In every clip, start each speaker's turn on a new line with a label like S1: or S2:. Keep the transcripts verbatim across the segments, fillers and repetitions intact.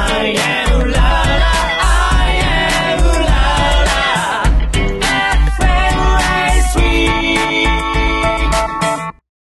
S1: I am la la I am la la エフエム ライスウィーク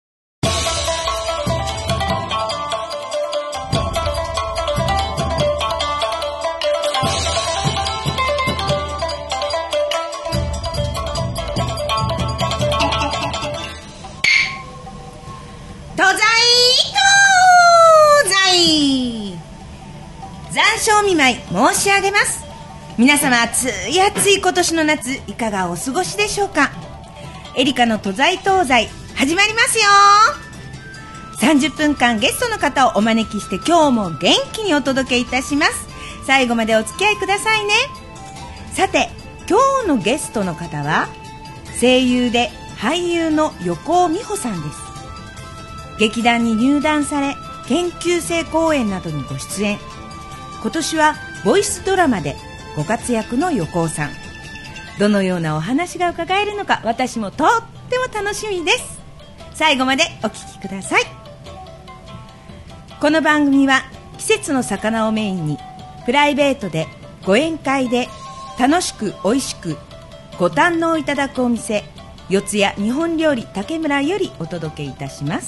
S2: 残暑お見舞い申し上げます。皆様、暑い暑い今年の夏いかがお過ごしでしょうか。エリカの都在東西始まりますよ。さんじゅっぷんかんゲストの方をお招きして今日も元気にお届けいたします。最後までお付き合いくださいね。さて、今日のゲストの方は声優で俳優の横尾美穂さんです。劇団に入団され研究生公演などにご出演。今年はボイスドラマでご活躍の横尾さん。どのようなお話が伺えるのか私もとっても楽しみです。最後までお聞きください。この番組は季節の魚をメインにプライベートでご宴会で楽しくおいしくご堪能いただくお店、四谷日本料理竹村よりお届けいたします。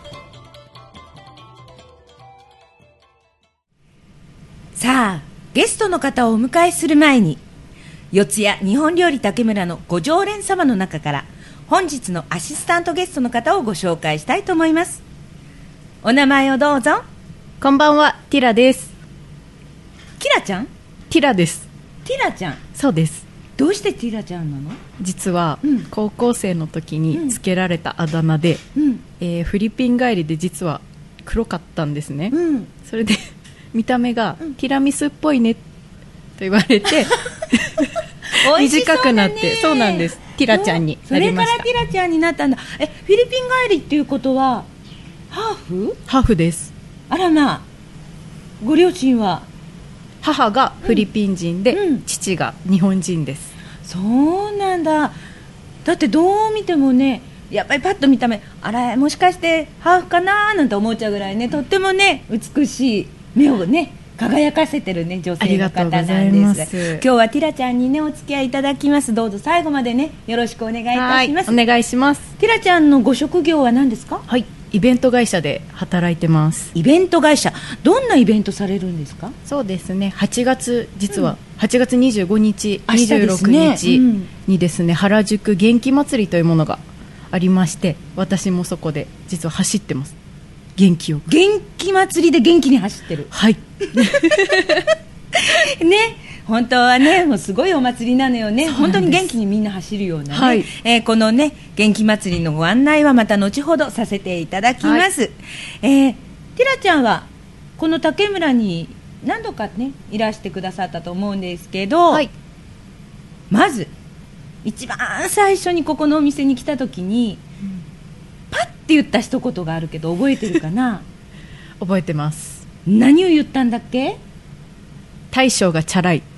S2: さあ、ゲストの方をお迎えする前に四谷日本料理竹村のご常連様の中から本日のアシスタントゲストの方をご紹介したいと思います。お名前をどうぞ。
S3: こんばんは、ティラです。
S2: キラちゃん？
S3: ティラです。
S2: ティラちゃん。
S3: そうです。
S2: どうしてティラちゃんなの？
S3: 実は、うん、高校生の時につけられたあだ名で、
S2: うん
S3: えー、フィリピン帰りで実は黒かったんですね、
S2: うん、
S3: それで見た目が、うん、ティラミスっぽいねと言われて短くなって、そうなんです、ティラちゃんになりました。
S2: それからティラちゃんになったんだ。え、フィリピン帰りっていうことはハーフ？
S3: ハーフです。
S2: あらまあ、ご両親は？
S3: 母がフィリピン人で、
S2: うん、
S3: 父が日本人です。
S2: そうなんだ。だってどう見てもね、やっぱりパッと見た目、あら、もしかしてハーフかななんて思っちゃうぐらいね、とってもね美しい目をね輝かせてるね女性の方なんです。今日はティラちゃんにねお付き合いいただきます。どうぞ最後までねよろしくお願いいたします。
S3: お願いします。
S2: ティラちゃんのご職業は何ですか？
S3: はい、イベント会社で働いてます。
S2: イベント会社、どんなイベントされるんですか？
S3: そうですね、はちがつ、実ははちがつにじゅうごにち、
S2: うん、
S3: にじゅうろくにちにですね、原宿元気祭りというものがありまして、私もそこで実は走ってます。元気を
S2: 元気祭りで元気に走ってる。はいね、本当はねもうすごいお祭りなのよね。本当に元気にみんな走るようなね、はい、えー、このね元気祭りのご案内はまた後ほどさせていただきます、はい。えー、ティラちゃんはこの竹村に何度かねいらしてくださったと思うんですけど、はい、まず一番最初にここのお店に来た時に、うん、パッて言った一言があるけど覚えてるかな？
S3: 覚えてます。
S2: 何を言ったんだっけ？
S3: 大将がチャラい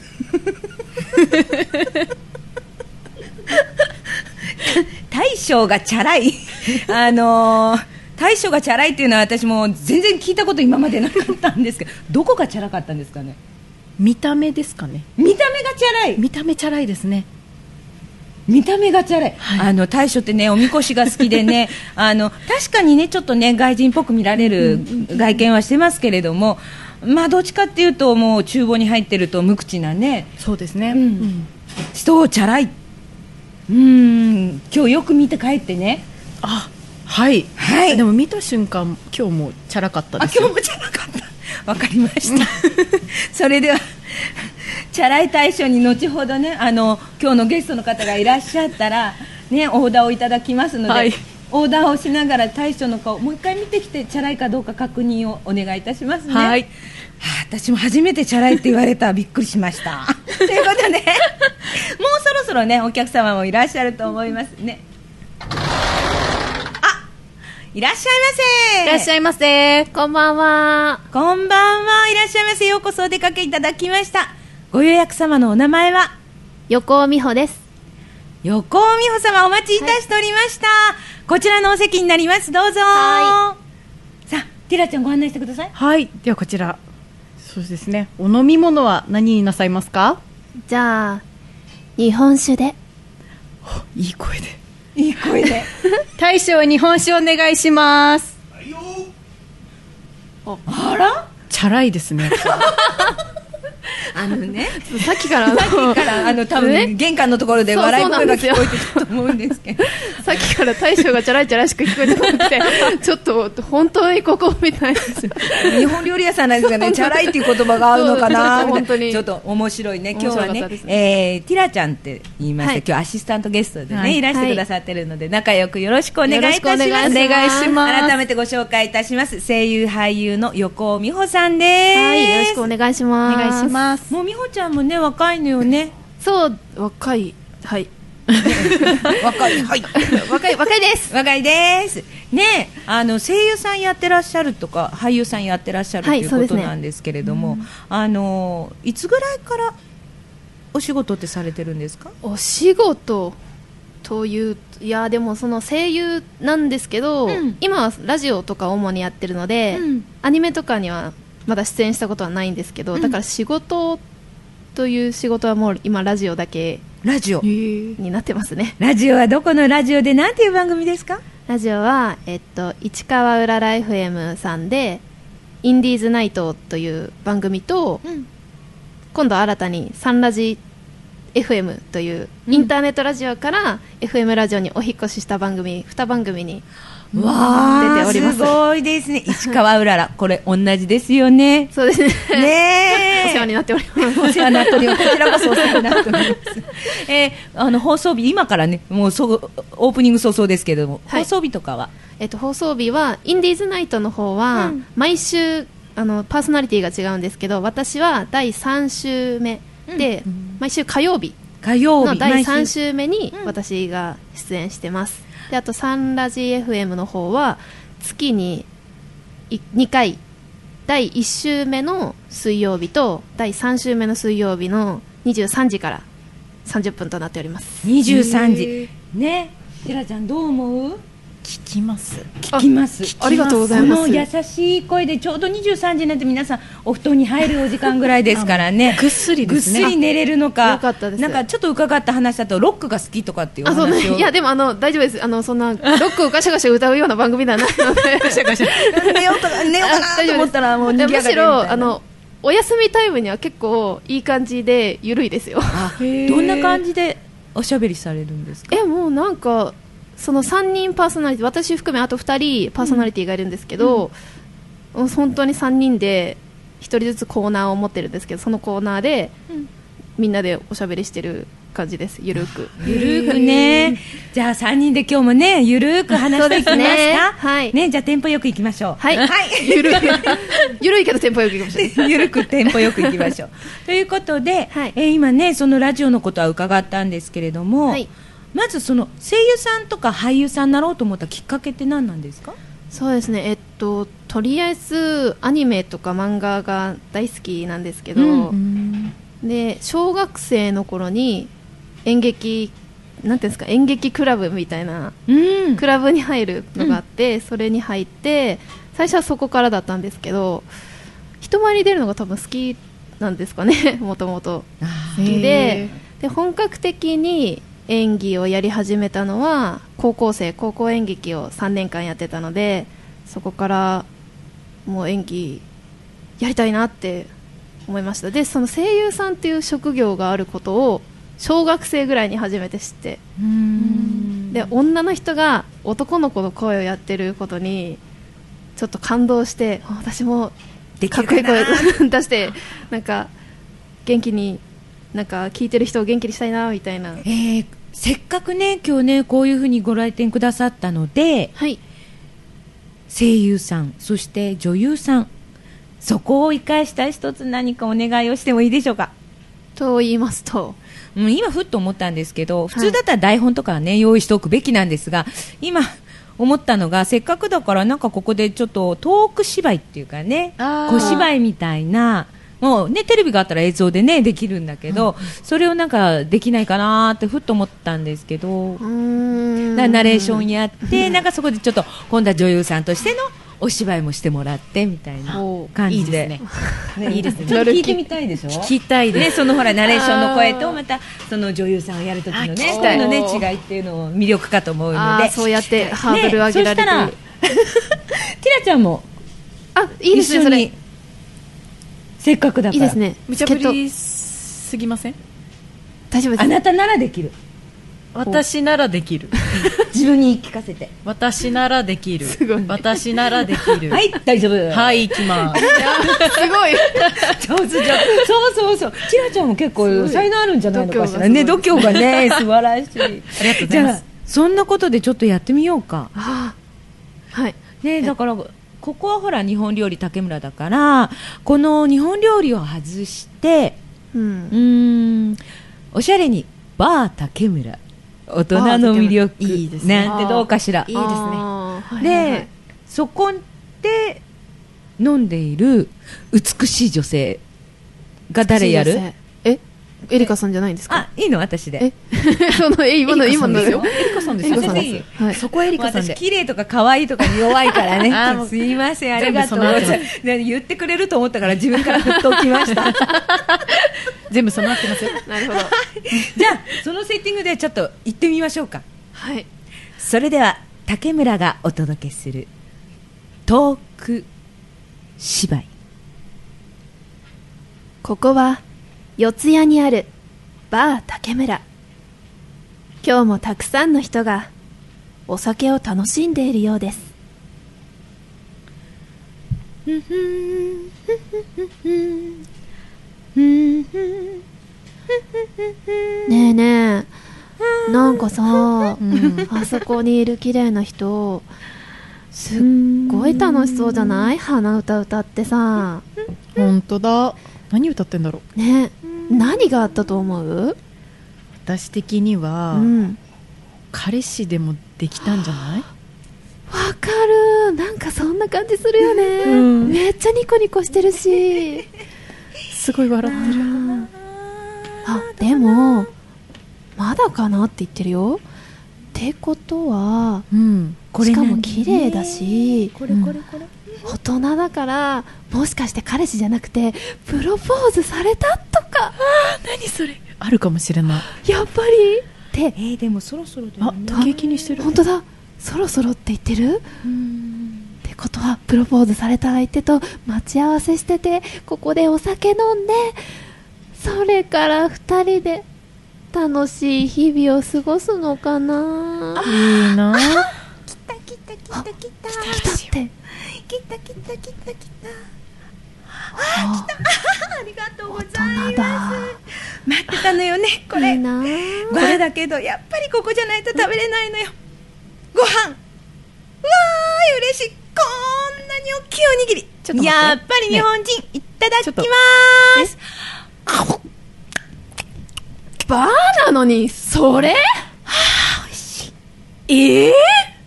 S2: 大将がチャラいあのー、大将がチャラいっていうのは私も全然聞いたこと今までなかったんですけど、どこがチャラかったんですかね？
S3: 見た目ですかね。
S2: 見た目がチャラい。
S3: 見た目チャラいですね。
S2: 見た目がチャラい、はい、あの大将ってねおみこしが好きでねあの確かにねちょっとね外人っぽく見られる外見はしてますけれども、まあどっちかっていうともう厨房に入ってると無口なね。
S3: そうですね、
S2: うんうん、人をチャラい。うーん、今日よく見て帰ってね。
S3: あ、はい、はい、でも見た瞬間今日もチャラかったですよ。
S2: あ、今日もチャラかった。わかりましたそれではチャラい大将に後ほどねあの今日のゲストの方がいらっしゃったら、ね、オーダーをいただきますので、はい、オーダーをしながら大将の顔もう一回見てきてチャラいかどうか確認をお願いいたしますね。はい、はあ、私も初めてチャラいって言われたびっくりしましたということでもうそろそろねお客様もいらっしゃると思いますね。あ、いらっしゃいませ。
S3: いらっしゃいませ。こんばんは。
S2: こんばんは。いらっしゃいませ。ようこそお出かけいただきました。ご予約様のお名前は？
S3: 横尾美穂です。
S2: 横尾美穂様お待ちいたしておりました、はい、こちらのお席になります。どうぞ。はい、さあティラちゃんご案内してください。
S3: はい、ではこちらそうですね。お飲み物は何になさいますか？
S4: じゃあ日本酒で。
S3: いい声で。
S2: いい声で。
S3: 大将、日本酒お願いします。
S2: あら？
S3: チャラいですね。
S2: あのね、
S4: さっきからあの
S2: さっきからあの多分玄関のところで笑い声が聞こえてたと思うんですけど、
S4: さっきから大将がチャラいチャラしく聞こえてこなくて、ちょっと本当にここみたいですよ。
S2: 日本料理屋さんなんですがね、チャラいっていう言葉があるのかな
S4: そう本当に
S2: ちょっと面白いね。今日はね
S4: 面白かったです、
S2: えー、ティラちゃんって言いまして、
S4: はい
S2: 今日アシスタントゲストでね、
S3: はい
S2: い、らしてくださってるので、仲良くよろしくお願いいたします。
S4: よろしくお願いします
S3: お願いします
S2: 改めてご紹介いたします。声優俳優の横尾美穂さんです。
S4: はい、よろしくお願いします。
S3: お願いします。
S2: もう美穂ちゃんもね、若いのよね。
S4: そう若いはい
S2: 若い、はい。
S4: 若い若いです
S2: 若いですね。あの声優さんやってらっしゃるとか俳優さんやってらっしゃると
S4: はい
S2: いう
S4: そうですね
S2: ことなんですけれども、あのいつぐらいからお仕事ってされてるんですか？
S4: お仕事といういやでもその声優なんですけど、
S2: うん
S4: 今はラジオとか主にやってるので、
S2: うん
S4: アニメとかにはまだ出演したことはないんですけど、
S2: うん
S4: だから仕事という仕事はもう今ラジオだけ
S2: ラジオ
S4: になってますね。
S2: ラジオはどこのラジオでなんていう番組ですか？
S4: ラジオは、えっと、市川うらら エフエム さんでインディーズナイトという番組と、
S2: うん
S4: 今度新たにサンラジ エフエム というインターネットラジオから エフエム ラジオにお引っ越しした番組に番組に
S2: わー
S4: 出ております。
S2: すごいですね。市川うらら、これ同じですよね。
S4: そうですね。
S2: ねえ
S4: お世話になっております。
S2: お世話になっております。こちらこそお世話になっております。えー、あの放送日、今からね、もうそうオープニング早々ですけれども、
S4: はい
S2: 放送日とかは
S4: えっと、放送日はインディーズナイトの方は、
S2: うん
S4: 毎週あのパーソナリティが違うんですけど、私はだいさん週目で、毎週火曜日
S2: 火曜日
S4: のだいさん
S2: 毎週
S4: 週目に
S2: うん
S4: 私が出演してます。であとサンラジ エフエム の方は月にいにかい、だいいっ週目の水曜日とだいさん週目の水曜日のにじゅうさんじからさんじゅっぷんとなっております。
S2: にじゅうさんじね。テラちゃんどう思う？
S3: 聞きます。
S2: 聞きます。
S4: ありがとうございます
S2: この優しい声でちょうどにじゅうさんじなんて皆さんお布団に入るお時間ぐらいですからね。
S3: ぐっすりですね
S2: ぐっすり寝れるのか。
S4: よかったです
S2: なんかちょっと伺った話だとロックが好きとかっていう
S4: あそう
S2: 話を。
S4: ね、いやでもあの大丈夫です。あのそんなロックをガシャガシャ歌うような番組ではないので
S2: 寝ようとか寝ようかなと思ったらもう賑やかで
S4: むしろあのお休みタイムには結構いい感じでゆるいですよ。
S2: あどんな感じでおしゃべりされるんですか？
S4: えもうなんかそのさんにんパーソナリティ、私含めあとふたりパーソナリティがいるんですけど、もう本当にさんにんでひとりずつコーナーを持ってるんですけど、そのコーナーで、
S2: うん
S4: みんなでおしゃべりしてる感じです。ゆるく
S2: ゆるーくね。じゃあさんにんで今日もねゆるーく話していきますか。
S4: そうですねはい
S2: ねじゃあテンポよくいきましょう。
S4: はい、
S2: はい。
S4: ゆるいゆるいけどテンポよくいきましょう。
S2: ゆるくテンポよくいきましょう。ということで、
S4: はい
S2: えー今ねそのラジオのことは伺ったんですけれども、
S4: はい
S2: まずその声優さんとか俳優さんになろうと思ったきっかけって何なんですか？
S4: そうですね、えっととりあえずアニメとか漫画が大好きなんですけど、
S2: うん
S4: で小学生の頃に演劇なんていうんですか演劇クラブみたいな
S2: うん
S4: クラブに入るのがあって、それに入って最初はそこからだったんですけど、人前に出るのが多分好きなんですかねもともと
S2: あ
S4: 好きで、で本格的に演技をやり始めたのは高校生高校演劇をさんねんかんやってたので、そこからもう演技やりたいなって思いました。でその声優さんっていう職業があることを小学生ぐらいに初めて知って、
S2: ーうん
S4: で女の人が男の子の声をやってることにちょっと感動して、あ私も
S2: でき
S4: かっこいい
S2: るかな
S4: 声出してなんか元気になんか聞いてる人を元気にしたいなみたいな。
S2: えーせっかくね今日ねこういうふうにご来店くださったので、
S4: はい
S2: 声優さんそして女優さんそこを生かした一つ何かお願いをしてもいいでしょうか？
S4: と言いますと、
S2: うん今ふっと思ったんですけど、普通だったら台本とかはね用意しておくべきなんですが、今思ったのがせっかくだからなんかここでちょっとトーク芝居っていうかね
S3: あー
S2: 小芝居みたいな、もうねテレビがあったら映像でねできるんだけど、それをなんかできないかなってふっと思ったんですけど、
S4: うーん
S2: だナレーションやってなんかそこでちょっと今度は女優さんとしてのお芝居もしてもらってみたいな
S3: おー
S2: 感じで。
S3: いいですね。いいですね。
S2: ちょっと聞いてみたいでしょ。
S3: 聞きたいです。
S2: ね、そのほらナレーションの声とまたその女優さんをやる時の
S3: あ聞
S2: ね、
S3: きたい
S2: 声のね違いっていうのも魅力かと思うので。
S4: あーそうやってハードル上げられてる、
S2: ね、そしたらティラちゃんも
S4: あいいですねそれ
S2: 一緒にせっかくだから
S4: いいですね
S3: 無茶ぶ
S4: チケッ
S3: りすぎません？
S4: ト大丈夫です
S2: あなたならできる。
S3: 私ならできる。
S2: 自分に言い聞かせて。
S3: 私ならできる。
S4: すごい
S3: 私ならできる。
S2: はい大丈夫。
S3: はい、行きます。
S4: すごい
S2: 上手上手。そうそうそう。ティラちゃんも結構
S4: すごい
S2: 才能あるんじゃないのかしら
S4: 度胸がすごい
S2: ね。度胸がね素晴らしい。あり
S3: がとうございます
S2: じゃあそんなことでちょっとやってみようか。
S4: あーはい
S2: ね、だからここはほら日本料理竹村だからこの日本料理を外して
S4: うん
S2: うーんおしゃれにバー竹村大人の魅力
S3: バー竹村いいですね
S2: なんてどうかしら。
S3: いいですね。
S4: あーはい
S2: で、
S4: はいはい
S2: そこで飲んでいる美しい女性が誰やる？
S4: えエリカさんじゃないんですか？
S2: あ、いいの私で。
S4: えそのえ今の今の
S3: エリカさんですよ。
S4: エリカさんです
S2: エリカ
S4: はい
S3: そこはエリカさんで。
S2: 私綺麗とか可愛いとかに弱いからね
S3: あーもう
S2: すいませんありがとう
S3: 全部備わってま
S2: ね言ってくれると思ったから自分から振っておきました
S3: 全部備わってますよ。
S4: なるほど
S2: じゃあそのセッティングでちょっと行ってみましょうか。
S4: はい
S2: それでは竹村がお届けするトーク芝居。
S4: ここは四谷にあるバー竹村。今日もたくさんの人がお酒を楽しんでいるようです。ねえねえなんかさ、
S3: うん
S4: あそこにいる綺麗な人すっごい楽しそうじゃない？鼻歌歌ってさ
S3: 本当だ。何歌ってんだろう。
S4: ねえ何があったと思う？
S3: 私的には、
S4: うん
S3: 彼氏でもできたんじゃない？
S4: わかるなんかそんな感じするよね、
S3: うん
S4: めっちゃニコニコしてるし
S3: すごい笑ってる。
S4: あでもまだかなって言ってるよ。ってことは
S3: うん。
S2: これ
S4: しかも
S2: なんだよね
S4: 綺麗だし
S2: これこれこれ、
S4: 大人だからもしかして彼氏じゃなくてプロポーズされたとか
S3: 何それ。あるかもしれない。
S4: やっぱりって
S2: えー、でもそろそろだよ
S3: あ、
S2: ね。
S3: 時計気にしてる。
S4: 本当だそろそろって言ってるってことはプロポーズされた相手と待ち合わせしててここでお酒飲んでそれから二人で楽しい日々を過ごすのかな。
S3: いいな。
S2: 来た来た来た来た
S4: 来たって
S2: 来た来た来た来た
S4: あ
S2: ありがとうござい
S4: 大人だ
S2: ます。待ってたのよねこれ。
S4: いいな
S2: これだけどやっぱりここじゃないと食べれないのよ。ご飯。うわー嬉しい。こんなに大きいおにぎり。
S3: ちょっと待って
S2: やっぱり日本人、いただき
S3: ちょっと
S2: ます。
S4: バーなのにそれ
S2: ええ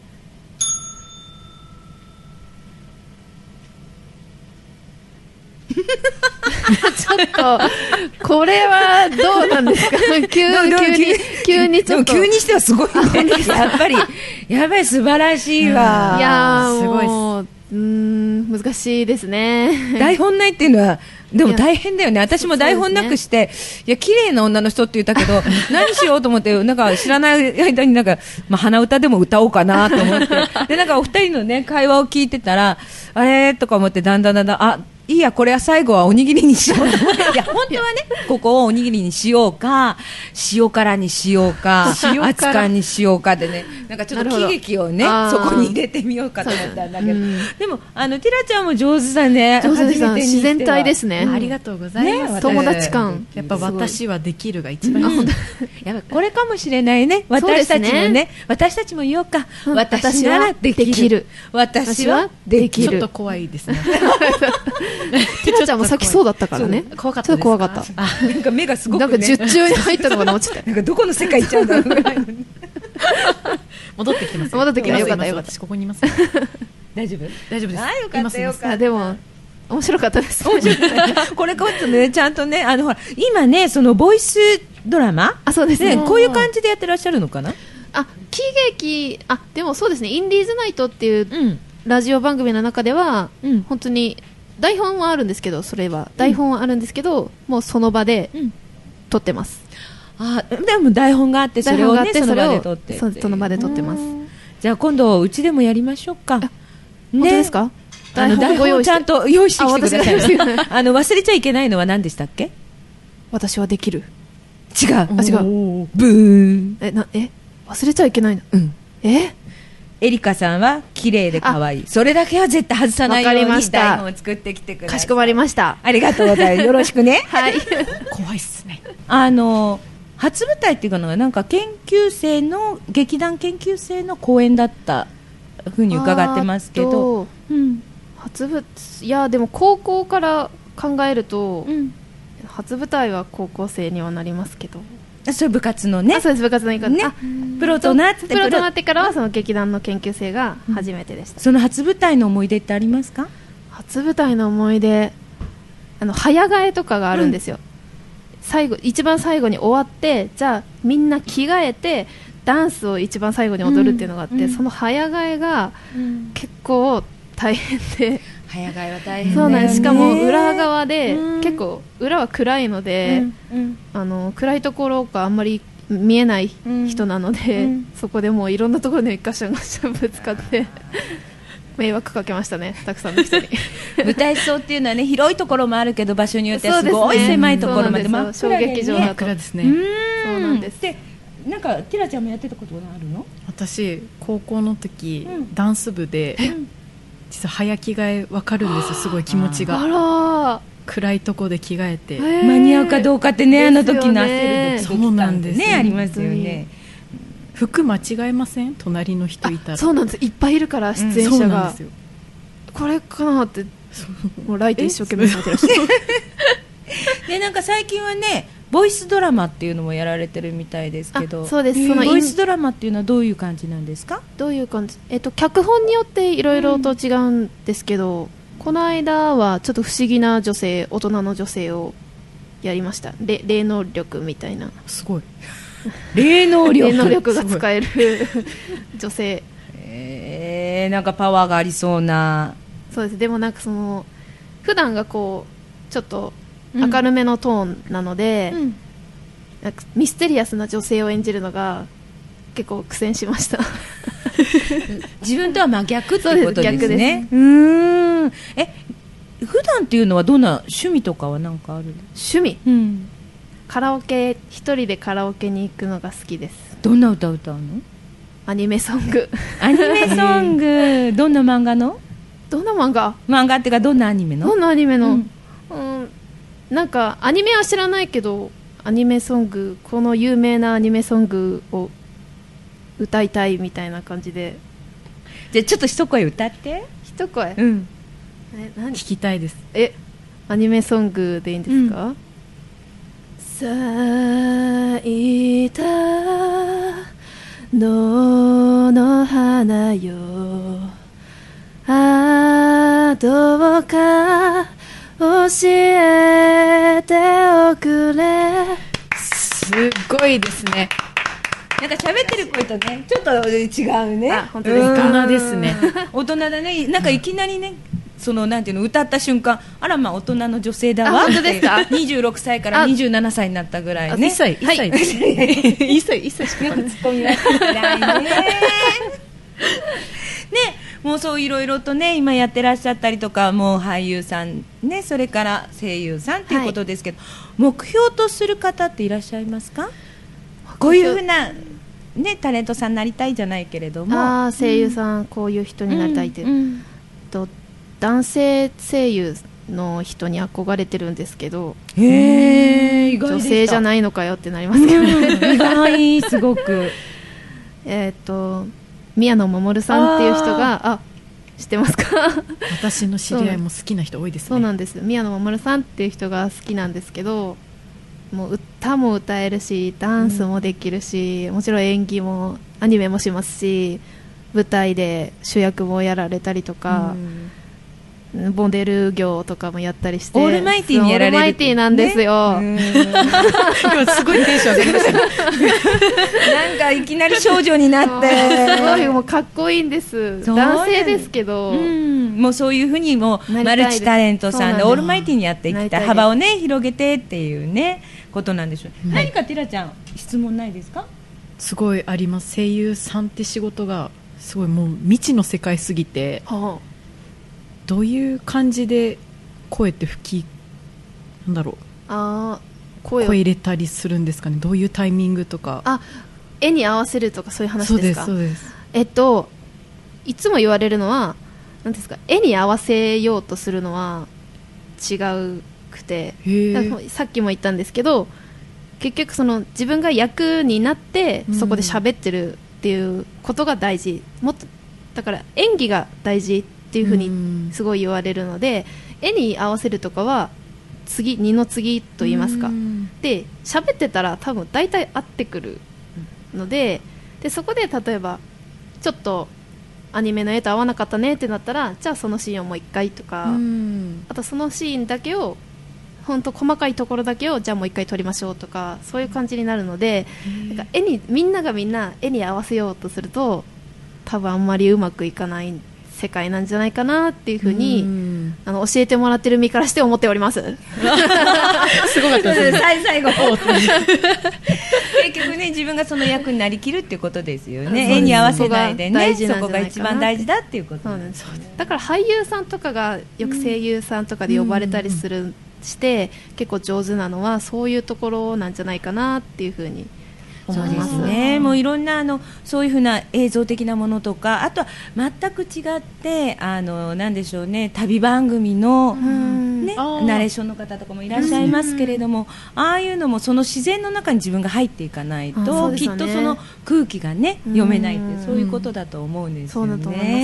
S4: ちょっとこれはどうなんですか急
S2: どうどう
S4: 急に急にちょっと
S2: でも急にしてはすごいね。やっぱりやっぱり素晴らしいわ。
S4: いやー
S3: すごいっす
S4: もううーん難しいですね
S2: 台本ないっていうのはでも
S4: いや
S2: 大変だよね。私も台本なくして、いや綺麗な女の人って言ったけど何しようと思ってなんか知らない間になんかまあ鼻歌でも歌おうかなと思ってでなんかお二人のね会話を聞いてたらあれとか思ってだんだんだんだんあいいやこれは最後はおにぎりにしようと思っていや本当はねここをおにぎりにしようか塩辛にしようか
S3: 塩辛
S2: 熱燗にしようかでねなんかちょっと喜劇をね
S4: なるほど
S2: そこに入れてみようかと思ったんだけど、
S4: うん
S2: でもあのティラちゃんも上手だね。
S4: 上手です
S2: 初めてにしては
S4: 自然体ですね
S3: ありがとうございます。
S2: ね
S4: 友達感
S3: やっぱ私はできるが一番いい。
S2: やっぱこれかもしれないね。
S4: そうですね
S2: 私たちもね、私たちも言おうか。
S4: うん
S2: 私ならできる。
S4: 私はできる
S2: 私はできる
S3: ちょっと。怖いですね。
S4: ティラちゃんもさっきそうだったからね
S3: そう怖かった
S4: ちょっ
S3: です
S4: と怖かった
S3: あ、
S2: なんか目がすご
S4: なんか
S2: くね。
S4: 術中に入ったのがな落ちて
S2: なんかどこの世界行っちゃうんだろうぐらいの。
S3: 戻ってきてますよ。
S4: 戻ってきた
S3: います
S4: よかったよかった
S3: 私ここにいます。
S2: 大丈夫？
S3: 大丈夫です。
S2: あよかった
S3: いますいます
S2: よかった。
S4: あでも面白かったです
S2: 面白いこれこそねちゃんとねあのほら今ねそのボイスドラマ
S4: あそうですね
S2: こういう感じでやってらっしゃるのかな？
S4: あ喜劇あでもそうですねインディーズナイトっていう
S2: うん。
S4: ラジオ番組の中では、
S2: うん
S4: 本当に台本はあるんですけど、それは台本はあるんですけど、もうその場で
S2: うん
S4: 撮ってます。
S2: あでも台本があってそれをね
S4: 台本があって
S2: その場で撮って
S4: それをそうその場で撮ってます。
S2: うんじゃあ今度うちでもやりましょうか。
S4: 本当ですか？
S2: あの台本をちゃんと用意してきてください
S4: あ私が用意してください
S2: あの忘れちゃいけないのは何でしたっけ？
S4: 私はできる。
S2: 違うあ
S4: 違う
S2: ブーン。
S4: えなえ忘れちゃいけないの。
S2: うん
S4: え
S2: エリカさんは綺麗で可愛い。それだけは絶対外さないよう
S4: わかりま
S2: に
S4: した
S2: 台本を作ってきてください。
S4: かしこまりました。
S2: ありがとうございますよろしくね
S4: はい。
S3: 怖いっすね。
S2: あの初舞台っていうかのがなんか研究生の劇団研究生の公演だったふうに伺ってますけど、
S4: あと
S2: うん
S4: 初舞いやでも高校から考えると、
S2: うん、
S4: 初舞台は高校生にはなりますけど、
S2: それ部活のね
S4: あそうです部活の言い方、
S2: ね
S4: あ
S2: プロとなって
S4: プロとなってからはその劇団の研究生が初めてでした。
S2: その初舞台の思い出ってありますか？
S4: 初舞台の思い出、あの早替えとかがあるんですよ、最後一番最後に終わって、じゃあみんな着替えてダンスを一番最後に踊るっていうのがあって、
S2: うんうん
S4: その早替えが結構大変で、
S2: 早替えは大変だよね。
S4: そうなんです。しかも裏側で、
S2: うん
S4: 結構裏は暗いので、
S2: うんうん
S4: あの暗いところがあんまり見えない人なので、
S2: うん
S4: そこでもういろんなところでガシャンガシャンぶつかって迷惑かけましたね、たくさんの人に。
S2: 舞台装っていうのはね広いところもあるけど場所によってはす
S4: そうですね
S2: ごい狭いところまで真っ
S4: そうなんですよ
S2: 暗でね
S4: 小劇場だと
S3: 暗ですね。
S2: うん
S4: そうなんです
S2: でなんかティラちゃんもやってたことがあるの？
S3: 私高校の時、
S2: うん
S3: ダンス部で実は早着替えわかるんですよ。すごい気持ち
S4: あ
S3: が
S4: ら
S3: 暗いとこで着替えて、
S4: へー
S2: 間に合うかどうかってねあの時の焦る
S4: です
S2: ドキドキ
S3: そうな
S2: 感で
S3: んです
S2: ねありますよね。
S3: 服間違えません？隣の人いたら。
S4: そうなんです、いっぱいいるから出演
S3: そう
S4: 者が
S3: なんですよ。
S4: これかなってもうライト一生懸命されてらっしゃる。
S2: でなんか最近はねボイスドラマっていうのもやられてるみたいですけど、
S4: あそうですそのイン
S2: ボイスドラマっていうのはどういう感じなんですか？
S4: どういう感じ、えっと、脚本によっていろいろと違うんですけど、この間はちょっと不思議な女性、大人の女性をやりました。れ霊能力みたいな、
S3: すごい。
S2: 霊能力
S4: 霊能力が使える女性。
S2: えー、なんかパワーがありそうな。
S4: そうです。でもなんかその普段がこうちょっと明るめのトーンなので、
S2: うん
S4: なんかミステリアスな女性を演じるのが結構苦戦しました。
S2: 自分とは真逆っていうことですね。
S4: そうです逆です
S2: うーん。え、普段っていうのはどんな趣味とかはなんかあるの？
S4: 趣味、
S2: うん。
S4: カラオケ、一人でカラオケに行くのが好きです。
S2: どんな歌歌うの？
S4: アニメソング。
S2: アニメソング。どんな漫画の？
S4: どんな漫画？
S2: 漫画っていうかどんなアニメの？
S4: どんなアニメの、
S2: うん
S4: うん、なんかアニメは知らないけど、アニメソング、この有名なアニメソングを歌いたいみたいな感じで。
S2: じゃあちょっと一声歌って。
S4: 一声、
S2: うん。
S4: え何
S3: 聞きたいです。
S4: えアニメソングでいいんですか？咲いた野の花よ、あどうか教えておくれ。
S3: すごいですね。
S2: なんか喋ってる声とね、ちょっと違うね。
S4: あ本当ですか？
S2: うん
S3: 大人ですね。
S2: 大人だね。なんかいきなりね、そのなんていうの歌った瞬間、あらまあ大人の女性だわ。
S4: あ本当ですか？
S2: にじゅうろくさいからにじゅうななさいになったぐらいね。
S3: 一歳一歳
S2: はい
S3: 一歳一歳しか
S2: よくツッコミはないね。ね、もうそういろいろとね今やってらっしゃったりとか、もう俳優さんね、それから声優さんっていうことですけど、目標とする方っていらっしゃいますか？こういうふうなねタレントさんになりたいじゃないけれども、
S4: あー声優さん、こういう人になりたいって、
S2: うんうん
S4: と男性声優の人に憧れてるんですけど、
S2: へー、意外でした。
S4: 女性じゃないのかよってなりますけどね。
S2: うん意外すごく。
S4: えっと宮野真守さんっていう人が、あ知ってますか？
S3: 私の知り合いも好きな人多いですね。
S4: そうなんです。宮野真守さんっていう人が好きなんですけど、もう歌も歌えるし、ダンスもできるし、もちろん演技もアニメもしますし、舞台で主役もやられたりとか、 モデル業とかもやったりして、
S2: オールマイティーにやられる
S4: オールマイティーなんですよ、
S2: ね、
S3: 今すごいテンション上がりました
S2: なんかいきなり少女になって
S4: すごいもうかっこいいんです。男性ですけど、
S2: うん、もうそういうふうにもうマルチタレントさんでオールマイティーにやっていきたい、幅をね広げてっていうねことなんでしょう、はい、何かティラちゃん質問ないですか？
S3: すごいあります。声優さんって仕事がすごいもう未知の世界すぎて、はあ、どういう感じで声って吹きなんだろう
S4: あ声,
S3: 声入れたりするんですかね。どういうタイミングとか。
S4: あ絵に合わせるとかそういう話ですか？
S3: そうですそうです。
S4: えっといつも言われるのは何ですか、絵に合わせようとするのは違うくて、さっきも言ったんですけど、結局その自分が役になってそこで喋ってるっていうことが大事、もっとだから演技が大事っていうふうにすごい言われるので、絵に合わせるとかは次二の次と言いますか、で喋ってたら多分大体合ってくるので、でそこで例えばちょっとアニメの絵と合わなかったねってなったら、じゃあそのシーンをもう一回とか、あとそのシーンだけを本当細かいところだけをじゃあもう一回撮りましょうとか、そういう感じになるので、なんか絵にみんながみんな絵に合わせようとすると多分あんまりうまくいかない世界なんじゃないかなっていうふうにあの教えてもらってる身からして思っております。
S3: すごかったですね。
S2: 最後結局ね自分がその役になりきるっていうことですよね。絵に合わせないでね、そこが一番大事だっていうことなんですね。
S4: だから俳優さんとかがよく声優さんとかで呼ばれたりする、うん、して結構上手なのはそういうところなんじゃないかなっていうふうに思います。
S2: そうですね、もういろんなあのそういうふうな映像的なものとか、あとは全く違ってあのなんでしょうね、旅番組の、ね、ナレーションの方とかもいらっしゃいますけれども、ああいうのもその自然の中に自分が入っていかないと、ね、きっとその空気がね読めないってそういうことだと思うんですよね。
S4: そうだと思います。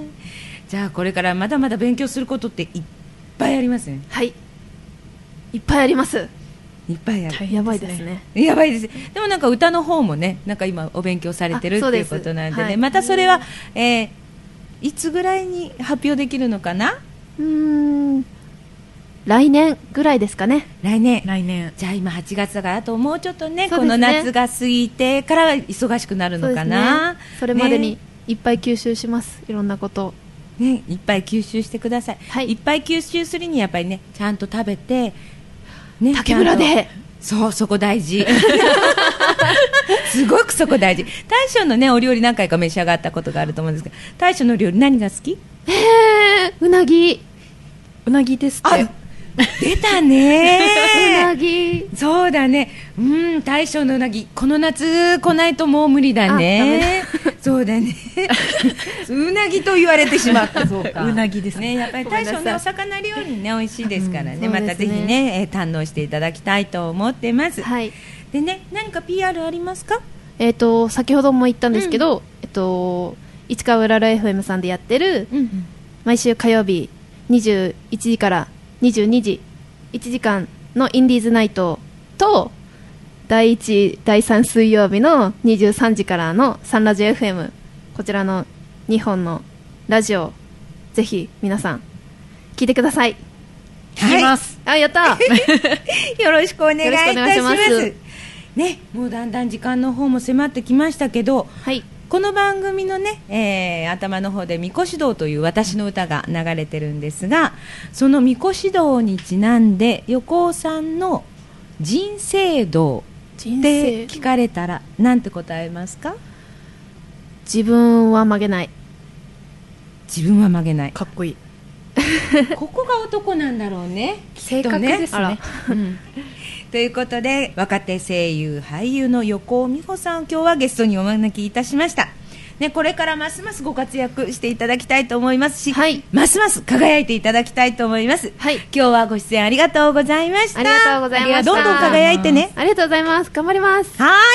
S2: じゃあこれからまだまだ勉強することっていっぱいありますね。
S4: はい、いっぱいあります。
S2: いっぱいある。
S4: やばいですね。
S2: やばいです。でもなんか歌の方もね、なんか今お勉強されてるっていうことなんでね、はい、またそれは、えー、いつぐらいに発表できるのかな？
S4: うーん、来年ぐらいですかね。
S2: 来年。
S3: 来年。
S2: じゃあ今はちがつだからあともうちょっと ね, ねこの夏が過ぎてから忙しくなるのかな。
S4: そ, ね、それまでにいっぱい吸収します、ね、いろんなこと
S2: ね、いっぱい吸収してください、はい、いっぱい吸収するにやっぱりねちゃんと食べて
S4: ね、竹村で
S2: そうそこ大事すごくそこ大事。大将のねお料理何回か召し上がったことがあると思うんですけど、大将の料理何が好き？
S4: えー、うなぎ。
S3: うなぎですって。
S2: 出たね
S4: うなぎ。
S2: そうだね、うん、大将のうなぎこの夏来ないともう無理だね。そうだねうなぎと言われてしまったそうか
S3: うなぎです
S2: ね。やっぱり大将ねお魚料理ね美味しいですからね、うん、またぜひね、えー、堪能していただきたいと思ってます、はい、でね何か ピーアール ありますか？
S4: えーと先ほども言ったんですけど、うん、えっと市川うらら エフエム さんでやってる、うん、毎週火曜日にじゅういちじからにじゅうにじいちじかんのインディーズナイトとだいいちだいさん水曜日のにじゅうさんじからのサンラジオ エフエム、 こちらのにほんのラジオぜひ皆さん聞いてください。
S2: 聞きます、
S4: はい、あやった
S2: よろしくお願いいたします。ね、もうだんだん時間の方も迫ってきましたけど、はい、この番組のね、えー、頭の方でみこし道という私の歌が流れてるんですが、そのみこし道にちなんで横尾さんの人生道って聞かれたらなんて答えますか？
S4: 自分は曲げない。
S2: 自分は曲げない。
S3: かっこいい
S2: ここが男なんだろうね
S3: 性格ですね、
S2: うん、ということで若手声優俳優の横尾美穂さんを今日はゲストにお招きいたしました、ね、これからますますご活躍していただきたいと思いますし、はい、ますます輝いていただきたいと思います、はい、今日はご出演ありがとうございました。
S4: ありがとうございました。
S2: どんどん輝いてね。
S4: ありがとうございます。頑張ります。
S2: はい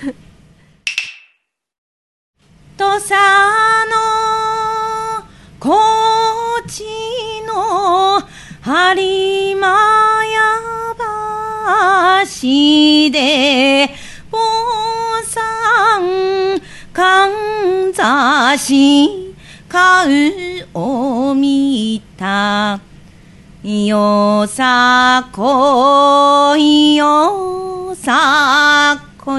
S2: 土佐の高知の播磨屋橋で坊さんかんざし買うを見たたよさこいよさこ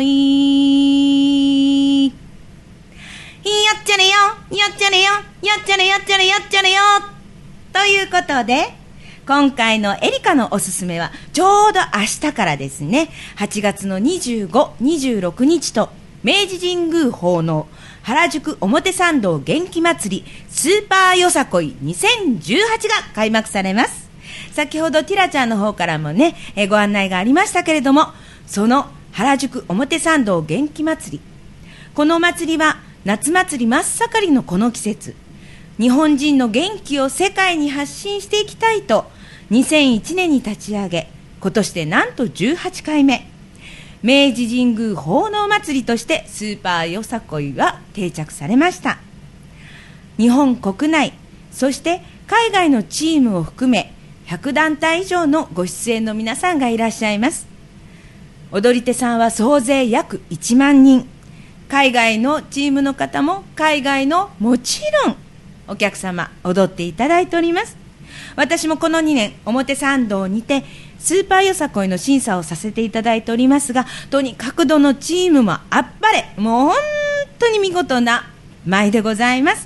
S2: い、よっちゃれよよっちゃれよよっちゃれよっちゃれよっちゃれよということで、今回のエリカのおすすめはちょうど明日からですね、はちがつのにじゅうご、にじゅうろくにちと明治神宮奉納原宿表参道元気祭りスーパーよさこいにせんじゅうはちが開幕されます。先ほどティラちゃんの方からもね、えご案内がありましたけれども、その原宿表参道元気祭り、このお祭りは夏祭り真っ盛りのこの季節、日本人の元気を世界に発信していきたいとにせんいちねんに立ち上げ、今年でなんとじゅうはちかいめ、明治神宮奉納祭りとしてスーパーよさこいは定着されました。日本国内、そして海外のチームを含めひゃくだんたい以上のご出演の皆さんがいらっしゃいます。踊り手さんは総勢約いちまんにん、海外のチームの方も海外のもちろんお客様踊っていただいております。私もこのにねん表参道にてスーパーよさこいの審査をさせていただいておりますが、とにかくどのチームもあっぱれ、もう本当に見事な舞でございます。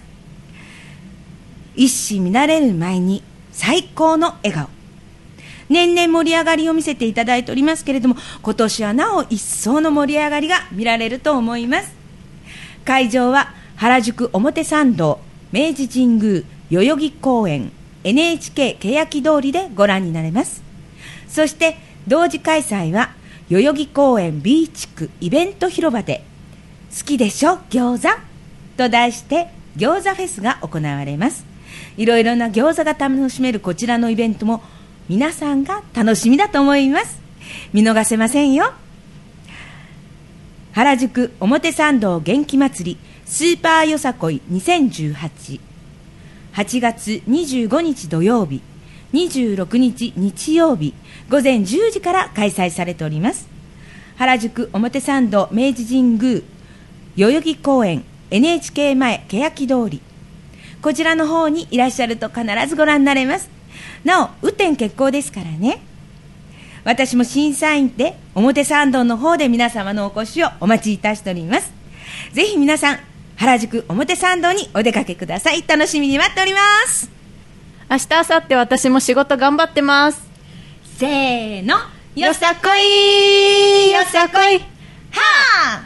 S2: 一糸乱れる舞に最高の笑顔、年々盛り上がりを見せていただいておりますけれども、今年はなお一層の盛り上がりが見られると思います。会場は原宿表参道明治神宮代々木公園 エヌエイチケー 欅通りでご覧になれます。そして同時開催は代々木公園 B 地区イベント広場で好きでしょ餃子と題して餃子フェスが行われます。いろいろな餃子が楽しめるこちらのイベントも皆さんが楽しみだと思います。見逃せませんよ。原宿表参道元気祭りスーパーよさこいにせんじゅうはち、はちがつにじゅうごにち土曜日、にじゅうろくにち日曜日ごぜんじゅうじから開催されております。原宿表参道明治神宮代々木公園 エヌエイチケー 前欅通り、こちらの方にいらっしゃると必ずご覧になれます。なお雨天決行ですからね。私も審査員で表参道の方で皆様のお越しをお待ちいたしております。ぜひ皆さん原宿表参道にお出かけください。楽しみに待っております。
S3: 明日明後日私も仕事頑張ってます。
S2: せーの、
S3: よさこいよさこい、
S2: はあ。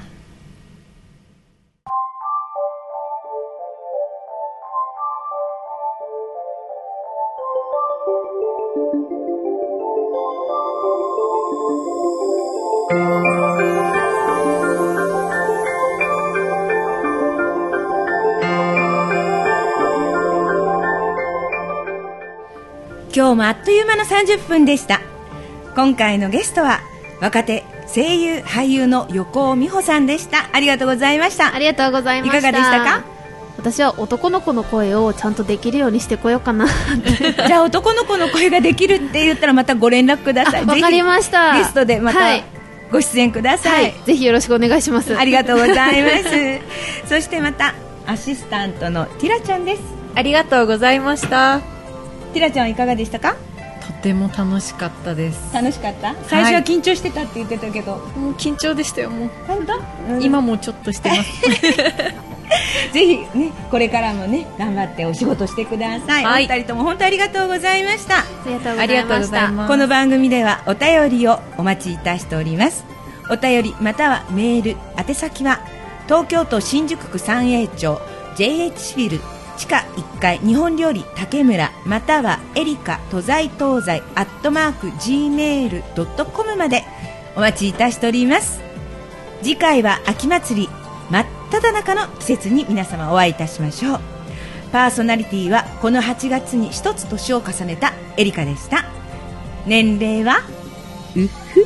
S2: 今日もあっという間のさんじゅっぷんでした。今回のゲストは若手声優俳優の横尾美穂さんでした。ありがとうございました。
S4: ありがとうございました。
S2: いかがでしたか？
S4: 私は男の子の声をちゃんとできるようにしてこようかな
S2: じゃあ男の子の声ができるって言ったらまたご連絡ください。
S4: わかりました。
S2: ゲストでまた、はい、ご出演ください、はい、
S4: ぜひよろしくお願いします。
S2: ありがとうございますそしてまたアシスタントのティラちゃんです。
S3: ありがとうございました。
S2: ティラちゃんはいかがでしたか？
S3: とても楽しかったです。
S2: 楽しかった？最初は緊張してたって言ってたけど、はい、
S3: もう緊張でしたよ。もう
S2: 本当、
S3: うん、今もちょっとしてます
S2: ぜひね、これからもね頑張ってお仕事してください、はい、お二人とも本当ありがとうございました。
S4: ありがとうございました。
S2: この番組ではお便りをお待ちいたしております。お便りまたはメール、宛先は東京都新宿区三栄町 ジェイエイチ ビル地下いっかい日本料理竹村またはエリカ都在東西アットマーク ジーメールドットコム までお待ちいたしております。次回は秋祭り真っ只中の季節に皆様お会いいたしましょう。パーソナリティはこのはちがつに一つ年を重ねたエリカでした。年齢はうふふ。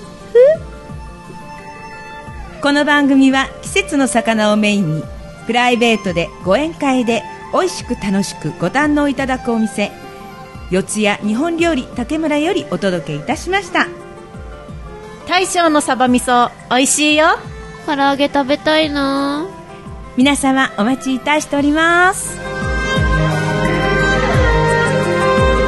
S2: この番組は季節の魚をメインにプライベートでご宴会で美味しく楽しくご堪能いただくお店、四谷日本料理竹村よりお届けいたしました。
S3: 大将のサバ味噌美味しいよ。
S4: 唐揚げ食べたいな。
S2: 皆様お待ちいたしております。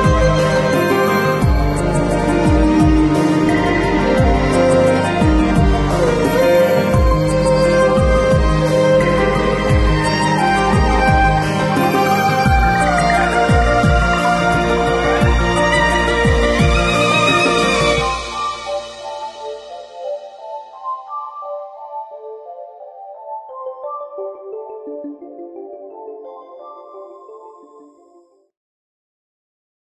S1: 「